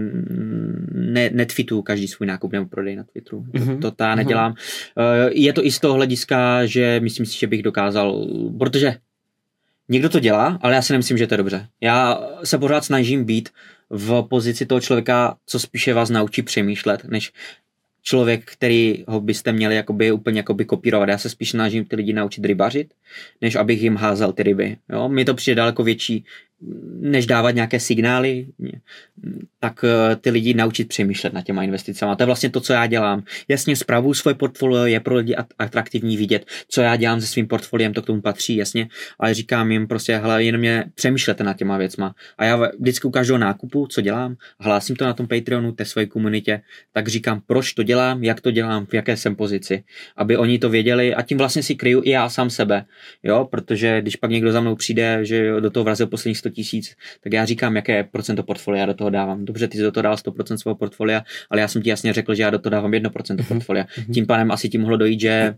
S2: netweetuju každý svůj nákup nebo prodej na Twitteru. To já nedělám. Je to i z toho hlediska, že myslím si, že bych dokázal, protože někdo to dělá, ale já si nemyslím, že to je dobře. Já se pořád snažím být v pozici toho člověka, co spíše vás naučí přemýšlet, než člověk, který ho byste měli úplně kopírovat. Já se spíš snažím ty lidi naučit rybařit, než abych jim házel ty ryby. Jo? Mně to přijde daleko větší, než dávat nějaké signály, tak ty lidi naučit přemýšlet nad těma investicemi. A to je vlastně to, co já dělám. Jasně, spravuju svoje portfolio, je pro lidi atraktivní vidět, co já dělám se svým portfoliem, to k tomu patří, jasně, ale říkám jim prostě, hele, jenom mě přemýšlete nad těma věcma. A já vždycky u každého nákupu, co dělám, hlásím to na tom Patreonu, té své komunitě, tak říkám, proč to dělám, jak to dělám, v jaké jsem pozici, aby oni to věděli a tím vlastně si kryju i já sám sebe, jo, protože když pak někdo za mnou přijde, že do toho vrazil posledních 100 000, tak já říkám, jaké procento portfolia do toho dávám. Dobře, ty jsi do toho dal 100% svého portfolia, ale já jsem ti jasně řekl, že já do toho dávám 1% portfolia. Tím pádem asi ti mohlo dojít, že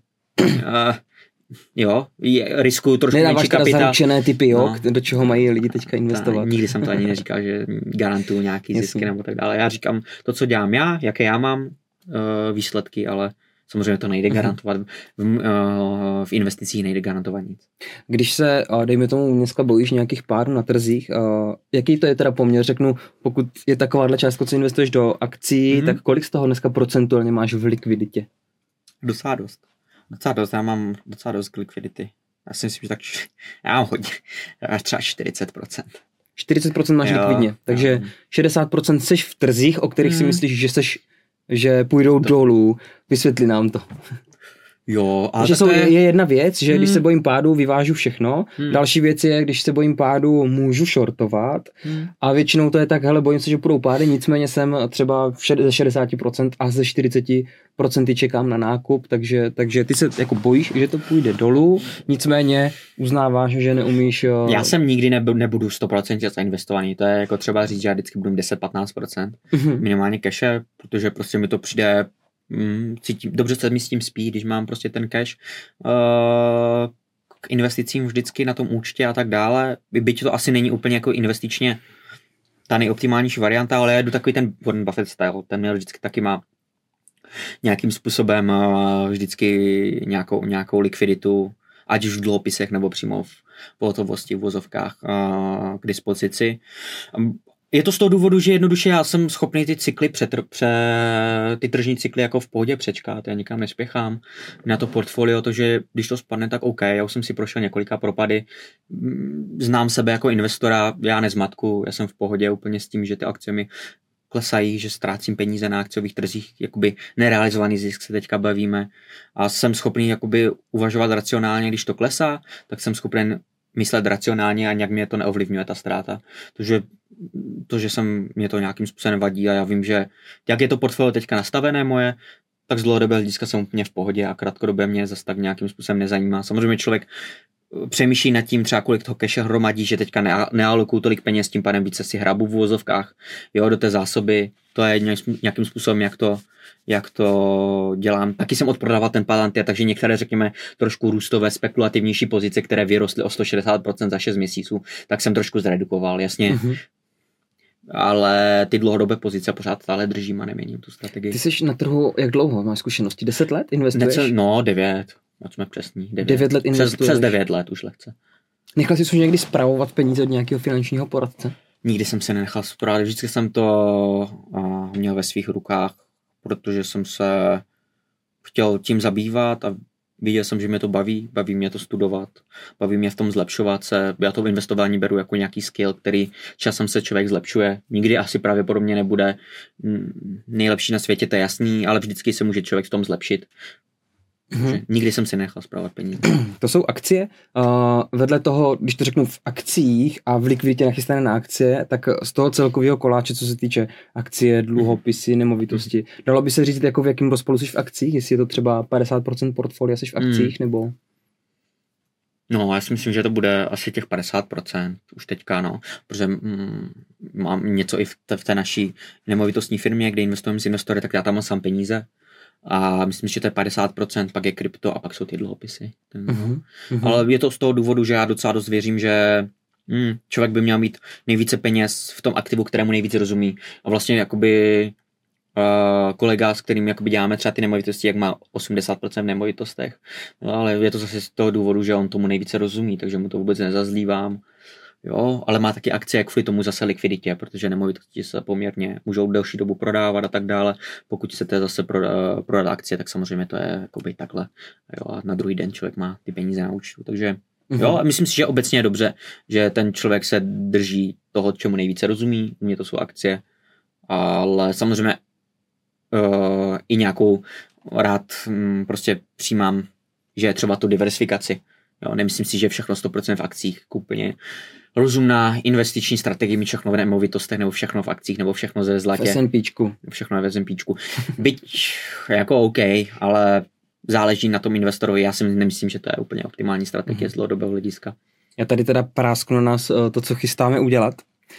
S2: riskuju trošku menší kapitál.
S1: Nedáváš zaručené typy, jo, do čeho mají lidi teďka investovat.
S2: Nikdy jsem to ani neříkal, že garantuju nějaký zisky nebo tak dále. Já říkám to, co dělám já, jaké já mám výsledky, ale samozřejmě to nejde garantovat, v investicích nejde garantovat nic.
S1: Když se, dejme tomu, dneska bojíš nějakých párů na trzích, jaký to je teda poměr, řeknu, pokud je takováhle částka, co investuješ do akcí, tak kolik z toho dneska procentuálně máš v likviditě?
S2: Docela dost, já mám docela dost likvidity. Já si myslím, že tak, já mám hodně, třeba 40%.
S1: 40% máš likvidně, takže 60% seš v trzích, o kterých si myslíš, že půjdou dolů, vysvětli nám to.
S2: Jo,
S1: ale je jedna věc, že když se bojím pádu, vyvážu všechno. Další věc je, když se bojím pádu, můžu shortovat. A většinou to je tak, hele, bojím se, že půjdou pády, nicméně jsem třeba ze 60% a ze 40% čekám na nákup, takže ty se jako bojíš, že to půjde dolů, nicméně uznáváš, že neumíš.
S2: Já jsem nikdy nebudu 100% zainvestovaný, to je jako třeba říct, že já vždycky budu 10-15% minimálně cache, protože prostě mi to přijde dobře se mi s tím spí, když mám prostě ten cash k investicím vždycky na tom účtě a tak dále. Byť to asi není úplně jako investičně ta nejoptimálnější varianta, ale já jdu takový ten Warren Buffett style, ten měl vždycky taky má nějakým způsobem vždycky nějakou likviditu, ať už v dluhopisech nebo přímo v pohotovosti, v vozovkách k dispozici. Je to z toho důvodu, že jednoduše já jsem schopný ty cykly, ty tržní cykly jako v pohodě přečkat, já nikam nespěchám na to portfolio, to, že když to spadne, tak OK, já už jsem si prošel několika propady, znám sebe jako investora, já nezmatku, já jsem v pohodě úplně s tím, že ty akcie mi klesají, že ztrácím peníze na akciových trzích, jakoby nerealizovaný zisk se teďka bavíme a jsem schopný jakoby uvažovat racionálně, když to klesá, tak jsem schopný myslet racionálně a nějak mě to neovlivňuje ta ztráta. Že mě to nějakým způsobem vadí a já vím, že jak je to portfolio teďka nastavené moje, tak z dlouhodobého hlediska jsem úplně v pohodě a krátkodobě mě zase tak nějakým způsobem nezajímá. Samozřejmě člověk přemýšlí nad tím třeba kolik toho cache hromadí, že teďka nealokuju tolik peněz, tím pádem více si hrabu v uvozovkách, jo, do té zásoby, to je nějakým způsobem, jak to dělám. Taky jsem odprodával ten Palantir, takže některé, řekněme, trošku růstové, spekulativnější pozice, které vyrostly o 160% za 6 měsíců, tak jsem trošku zredukoval, jasně. Mm-hmm. Ale ty dlouhodobé pozice pořád stále držím a neměním tu strategii.
S1: Ty jsi na trhu jak dlouho? Máš zkušenosti? 10 let investuješ?
S2: 9. Ať jsme přesní.
S1: 9 let investuješ?
S2: Přes 9 let už lehce.
S1: Nechal jsi už někdy spravovat peníze od nějakého finančního poradce?
S2: Nikdy jsem se nenechal spravovat. Vždycky jsem to měl ve svých rukách, protože jsem se chtěl tím zabývat a viděl jsem, že mě to baví mě to studovat, baví mě v tom zlepšovat se. Já to investování beru jako nějaký skill, který časem se člověk zlepšuje. Nikdy asi pravděpodobně nebude nejlepší na světě, to je jasný, ale vždycky se může člověk v tom zlepšit. Nikdy jsem si nechal spravovat peníze.
S1: To jsou akcie. Vedle toho, když to řeknu v akcích a v likviditě nachystané na akcie, tak z toho celkového koláče, co se týče akcie, dluhopisy, nemovitosti, dalo by se říct, jako v jakém rozpolu jsi v akcích? Jestli je to třeba 50% portfolia jsi v akcích, nebo...
S2: No, já si myslím, že to bude asi těch 50% už teďka, no, protože mám něco i v té naší nemovitostní firmě, kde investujeme s investory, tak já tam mám sám peníze. A myslím, že to je 50%, pak je krypto a pak jsou ty dluhopisy. Ale je to z toho důvodu, že já docela dost věřím, že člověk by měl mít nejvíce peněz v tom aktivu, kterému nejvíce rozumí. A vlastně jakoby kolega, s kterým jakoby děláme třeba ty nemovitosti, jak má 80% v nemovitostech. No, ale je to zase z toho důvodu, že on tomu nejvíce rozumí, takže mu to vůbec nezazlívám. Jo, ale má taky akcie kvůli tomu zase likviditě, protože nemovitosti se poměrně můžou delší dobu prodávat a tak dále. Pokud chcete zase prodat akcie, tak samozřejmě to je jakoby takhle. Jo, a na druhý den člověk má ty peníze na účtu. Takže jo, a myslím si, že obecně je dobře, že ten člověk se drží toho, čemu nejvíce rozumí. U mě to jsou akcie, ale samozřejmě i nějakou rád prostě přijímám, že třeba tu diversifikaci. Jo, nemyslím si, že všechno 100% v akcích úplně rozumná investiční strategie, mít všechno v nemovitostech, nebo všechno v akcích, nebo všechno ze zlatě.
S1: V S&Pčku.
S2: Všechno je v S&Pčku. Byť jako OK, ale záleží na tom investorovi. Já si nemyslím, že to je úplně optimální strategie z dlouhodobého hlediska.
S1: Já tady teda prásknu na nás to, co chystáme udělat.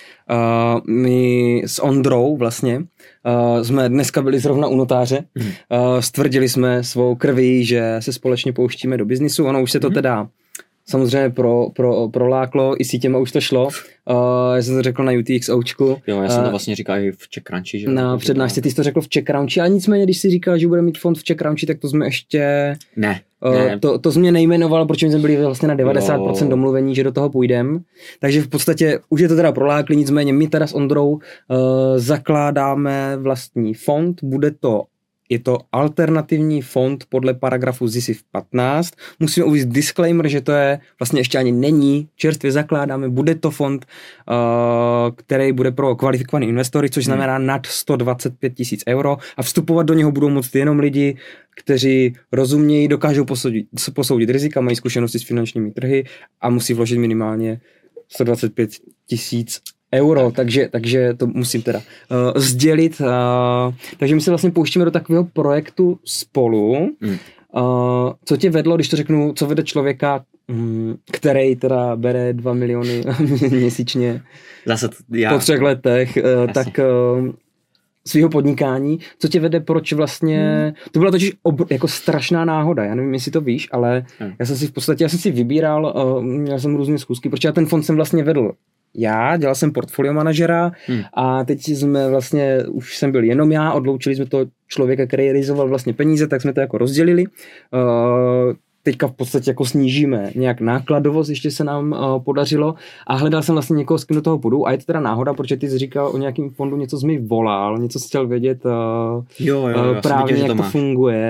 S1: My s Ondrou vlastně jsme dneska byli zrovna u notáře. Stvrdili jsme svou krví, že se společně pouštíme do biznisu. Ono už se to teda samozřejmě proláklo, i s těma už to šlo. Já jsem to řekl na UTXOčku.
S2: Jo, já jsem to vlastně říkal i v CheckCrunchi. Že
S1: na přednášce ty jsi to řekl v CheckCrunchi, ale nicméně, když jsi říkal, že bude mít fond v CheckCrunchi, tak to jsme ještě...
S2: Ne.
S1: To jsi mě nejmenoval, protože jsme byli vlastně na 90% domluvení, že do toho půjdem. Takže v podstatě už je to teda prolákli, nicméně my teda s Ondrou zakládáme vlastní fond, je to alternativní fond podle paragrafu ZISIF 15. Musíme uvést disclaimer, že to je vlastně ještě ani není, čerstvě zakládáme, bude to fond, který bude pro kvalifikované investory, což znamená nad 125 000 euro a vstupovat do něho budou moct jenom lidi, kteří rozumějí, dokážou posoudit rizika, mají zkušenosti s finančními trhy a musí vložit minimálně 125 000 euro, takže to musím teda sdělit. Takže my se vlastně pouštíme do takového projektu spolu. Co tě vedlo, když to řeknu, co vede člověka, který teda bere 2 miliony měsíčně po 3 letech, tak svého podnikání, co tě vede, proč vlastně, to byla totiž jako strašná náhoda, já nevím, jestli to víš, ale já jsem si vybíral, měl jsem různé schůzky, protože já ten fond jsem vlastně vedl. Dělal jsem portfolio manažera a teď už jsem byl jenom já, odloučili jsme toho člověka, který realizoval vlastně peníze, tak jsme to jako rozdělili. Teďka v podstatě jako snížíme nějak nákladovost, ještě se nám podařilo a hledal jsem vlastně někoho, s kým do toho půjdu a je to teda náhoda, protože ty jsi říkal o nějakém fondu, něco jsi mi volal, něco jsi chtěl vědět právě, jak to funguje.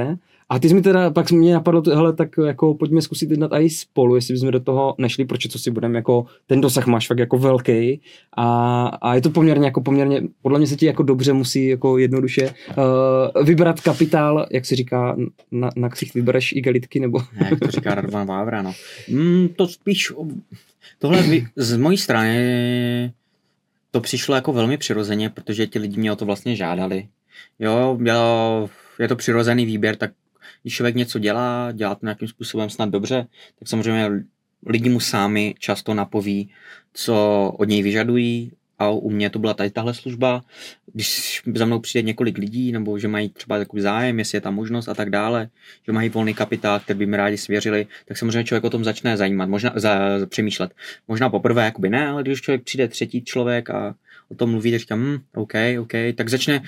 S1: A ty jsi mi teda, pak mě napadlo, hele, tak jako pojďme zkusit jednat i spolu, jestli bychom do toho nešli, protože co si budeme, jako ten dosah máš fakt jako velký a je to poměrně, podle mě se ti jako dobře musí jako jednoduše vybrat kapitál, jak se říká, na ksicht vybereš igelitky, nebo?
S2: Jak to říká Radovan Vávra, no. To spíš, tohle z mojí strany to přišlo jako velmi přirozeně, protože ti lidi mě o to vlastně žádali. Jo, je to přirozený výběr, tak když člověk něco dělá to nějakým způsobem snad dobře, tak samozřejmě lidi mu sami často napoví, co od něj vyžadují a u mě to byla tady tahle služba. Když za mnou přijde několik lidí, nebo že mají třeba takový zájem, jestli je tam možnost a tak dále, že mají volný kapitál, který by mi rádi svěřili, tak samozřejmě člověk o tom začne zajímat, možná přemýšlet. Možná poprvé jakoby ne, ale když člověk přijde třetí člověk a o tom mluví, tak říkám, OK, tak začne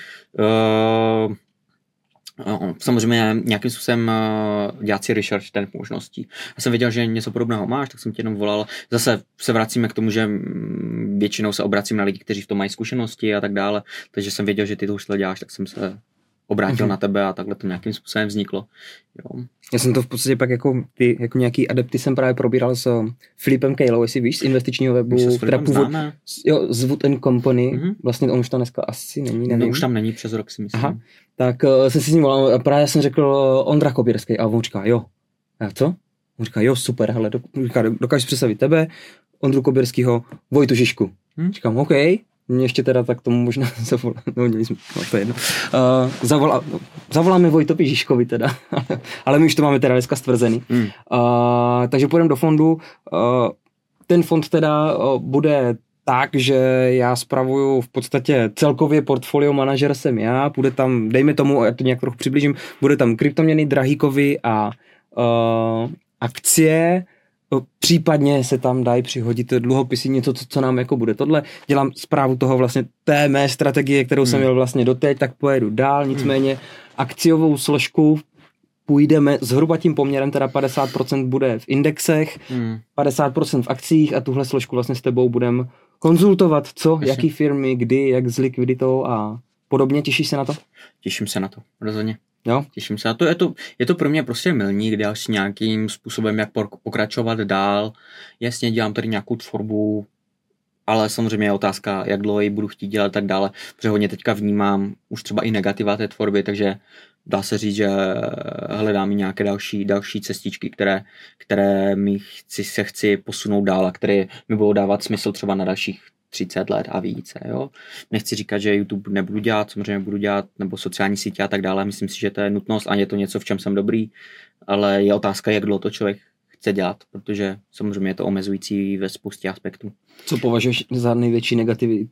S2: samozřejmě nějakým způsobem dělat si research těch možností. Já jsem věděl, že něco podobného máš, tak jsem tě jenom volal. Zase se vracíme k tomu, že většinou se obracím na lidi, kteří v tom mají zkušenosti a tak dále, takže jsem věděl, že ty to už děláš, tak jsem se obrátil na tebe a takhle to nějakým způsobem vzniklo. Jo.
S1: Já jsem to v podstatě pak jako nějaký adepty jsem právě probíral s Filipem Kejlou, jestli víš, z investičního webu, z Wood & Company, vlastně on už tam dneska asi není, nevím.
S2: No, už tam není přes rok, si myslím.
S1: Aha, tak jsem si s ním volal a právě jsem řekl Ondra Koběrský a on říká, jo. A já co? On říká, jo, super, hele, dokážeš představit tebe, Ondru Koběrskýho, Vojtu Žižku. Říkám, OK. Mě ještě teda tak tomu možná zavoláme Vojtovi Žižkovi teda, ale my už to máme teda dneska stvrzený. Takže půjdeme do fondu. Ten fond teda bude tak, že já spravuju v podstatě celkově portfolio manažer jsem já, bude tam, dejme tomu, já to nějak trochu přiblížím, bude tam kryptoměny, drahíkovy a akcie, případně se tam dají přihodit dluhopisy, něco, co nám jako bude. Tohle dělám správu toho vlastně té mé strategie, kterou jsem měl vlastně doteď, tak pojedu dál, nicméně akciovou složku půjdeme zhruba tím poměrem, teda 50% bude v indexech, 50% v akcích a tuhle složku vlastně s tebou budeme konzultovat, jaký firmy, kdy, jak s likviditou a podobně. Těšíš se na to?
S2: Těším se na to, rozhodně.
S1: Jo?
S2: Těším se na to. Je to pro mě prostě milník, kde až nějakým způsobem, jak pokračovat dál. Jasně, dělám tady nějakou tvorbu, ale samozřejmě je otázka, jak dlouho ji budu chtít dělat a tak dále. Protože hodně teďka vnímám už třeba i negativa té tvorby, takže dá se říct, že hledám i nějaké další cestičky, které se chci posunout dál a které mi budou dávat smysl třeba na dalších 30 let a více, jo. Nechci říkat, že YouTube nebudu dělat, samozřejmě budu dělat, nebo sociální sítě a tak dále, myslím si, že to je nutnost a je to něco, v čem jsem dobrý, ale je otázka, jak dlouho to člověk chce dělat, protože samozřejmě je to omezující ve spoustě aspektů.
S1: Co považuješ za největší negativitu?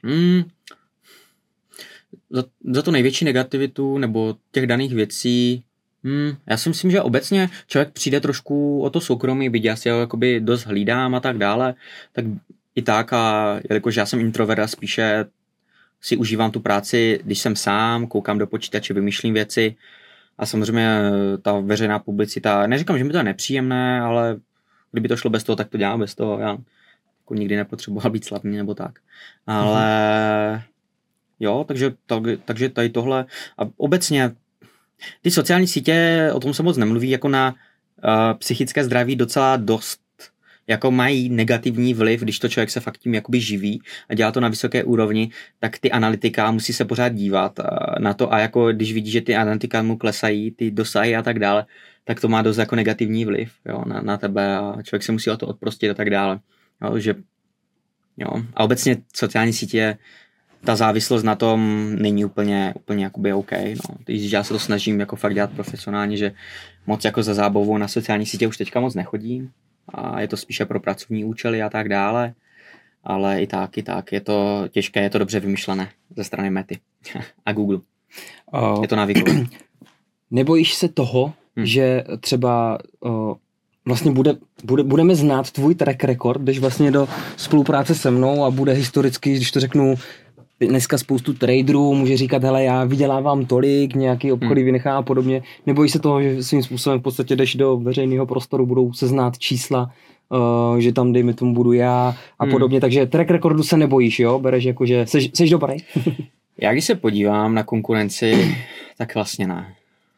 S2: Za to největší negativitu nebo těch daných věcí, já si myslím, že obecně člověk přijde trošku o to soukromí, byť já si ho jakoby dost hlídám a tak dále, tak i tak a jelikož já jsem introvert a spíše si užívám tu práci, když jsem sám, koukám do počítače, vymýšlím věci a samozřejmě ta veřejná publicita, neříkám, že mi to je nepříjemné, ale kdyby to šlo bez toho, tak to dělám bez toho, já jako nikdy nepotřeboval být slavný nebo tak, ale jo, takže tady tohle a obecně ty sociální sítě, o tom se moc nemluví, jako na psychické zdraví docela dost jako mají negativní vliv, když to člověk se fakt tím jakoby živí a dělá to na vysoké úrovni, tak ty analytika musí se pořád dívat na to a jako když vidí, že ty analytika mu klesají, ty dosahy a tak dále, tak to má dost jako negativní vliv, jo, na tebe a člověk se musí o to odprostit a tak dále. Jo. A obecně sociální sítě, ta závislost na tom není úplně jakoby OK. No. Když já se to snažím jako fakt dělat profesionálně, že moc jako za zábavou na sociální sítě už teďka moc nechodím a je to spíše pro pracovní účely a tak dále, ale i tak je to těžké, je to dobře vymyšlené ze strany Mety a Google. Je to návykové.
S1: Nebojíš se toho, že třeba vlastně budeme znát tvůj track record, když vlastně do spolupráce se mnou a bude historicky, když to řeknu, dneska spoustu traderů může říkat, hele, já vydělávám tolik, nějaký obchody vynechám a podobně. Nebojíš se toho, že svým způsobem v podstatě jdeš do veřejného prostoru, budou se znát čísla, že tam, dejme tomu, budu já a podobně. Takže track recordu se nebojíš, jo? Bereš jako, že seš dobrý?
S2: Já když se podívám na konkurenci, tak vlastně ne.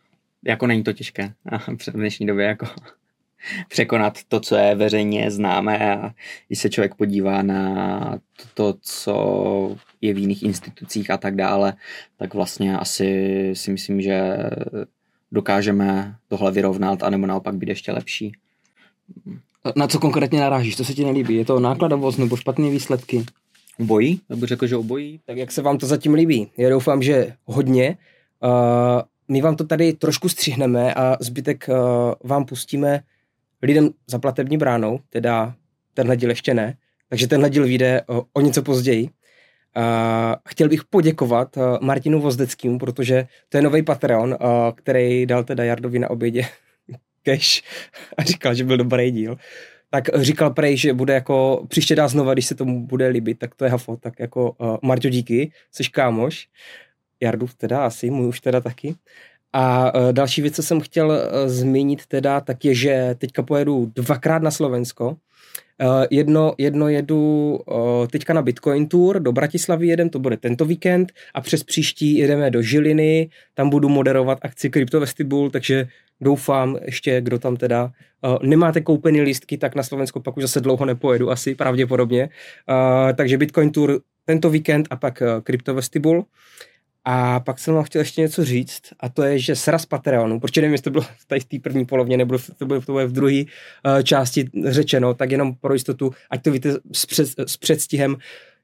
S2: jako není to těžké v dnešní době jako překonat to, co je veřejně známé, a když se člověk podívá na to, co je v jiných institucích a tak dále, tak vlastně asi si myslím, že dokážeme tohle vyrovnat, anebo naopak být ještě lepší.
S1: Na co konkrétně narážíš? To se ti nelíbí? Je to nákladovost nebo špatné výsledky?
S2: Obojí? Já bych řekl, že obojí.
S3: Tak jak se vám to zatím líbí? Já doufám, že hodně. My vám to tady trošku střihneme a zbytek vám pustíme lidem za platební bránou, teda tenhle díl ještě ne, takže tenhle díl vyjde o něco později. Chtěl bych poděkovat Martinu Vozdeckému, protože to je nový Patreon, který dal teda Jardovi na obědě cash a říkal, že byl dobrý díl. Tak říkal prej, že bude jako příště dá znova, když se tomu bude líbit, tak to je hafo. Tak jako Marťo, díky, seš kámoš. Jardu teda asi, můj už teda taky. A další věc, co jsem chtěl zmínit teda, tak je, že teďka pojedu 2krát na Slovensko. Jedno jedu teďka na Bitcoin Tour, do Bratislavy jedem, to bude tento víkend, a přes příští jedeme do Žiliny, tam budu moderovat akci Crypto Vestibule, takže doufám ještě, kdo tam teda nemáte koupený lístky, tak na Slovensko pak už zase dlouho nepojedu asi, pravděpodobně. Takže Bitcoin Tour tento víkend a pak Crypto Vestibule. A pak jsem vám chtěl ještě něco říct, a to je, že sraz Patreonu, protože nevím, jestli to bylo tady v té první polovině, nebo to bude v druhé části řečeno, tak jenom pro jistotu, ať to víte s předstihem,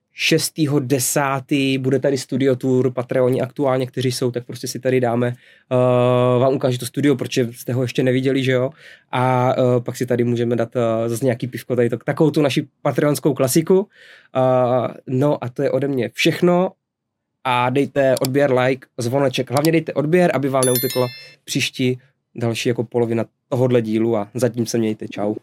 S3: 6.10. bude tady studio tour Patreoni aktuálně, kteří jsou, tak prostě si tady dáme, vám ukážu to studio, protože jste ho ještě neviděli, že jo, a pak si tady můžeme dát zase nějaký pivko, tady takovou tu naši patreonskou klasiku. No a to je ode mě všechno. A dejte odběr, like, zvoneček. Hlavně dejte odběr, aby vám neutekla příští další jako polovina tohohle dílu, a zatím se mějte. Čau.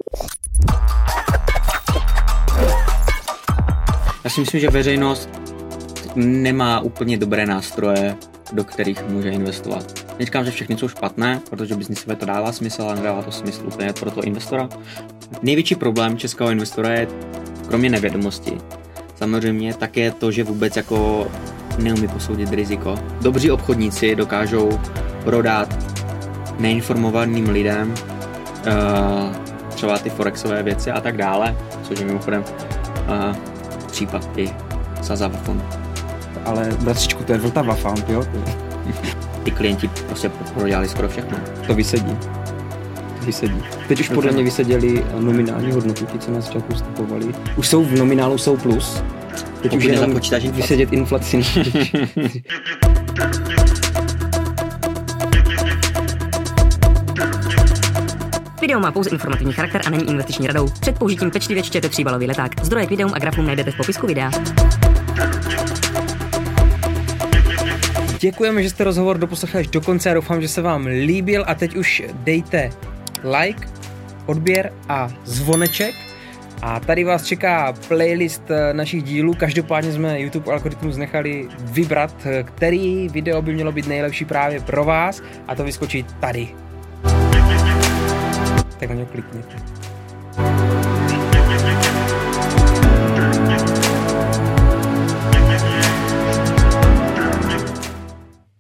S2: Já si myslím, že veřejnost nemá úplně dobré nástroje, do kterých může investovat. Neříkám, že všechny jsou špatné, protože biznisově to dává smysl, ale nedává to smysl úplně pro toho investora. Největší problém českého investora je, kromě nevědomosti, samozřejmě také to, že vůbec jako neumí posoudit riziko. Dobří obchodníci dokážou prodat neinformovaným lidem třeba ty forexové věci a tak dále, což je mimochodem případ i Sazava fondu.
S3: Ale bratřičku, to je Vltava fond, jo?
S2: Ty klienti prostě prodělali skoro všechno.
S1: To vysedí. Teď už podle mě vyseděli nominální hodnotu, ti, co na začátku vstupovali. Už jsou v nominálu, jsou plus. Teď už jenom vysedět inflaci.
S4: Video má pouze informativní charakter a není investiční radou. Před použitím pečlivě čtěte tříbalový leták. Zdroje k videům a grafům najdete v popisku videa.
S3: Děkujeme, že jste rozhovor doposlechli až do konce a doufám, že se vám líbil, a teď už dejte like, odběr a zvoneček. A tady vás čeká playlist našich dílů. Každopádně jsme YouTube algoritmus nechali vybrat, který video by mělo být nejlepší právě pro vás, a to vyskočí tady. Tak na něj klikněte.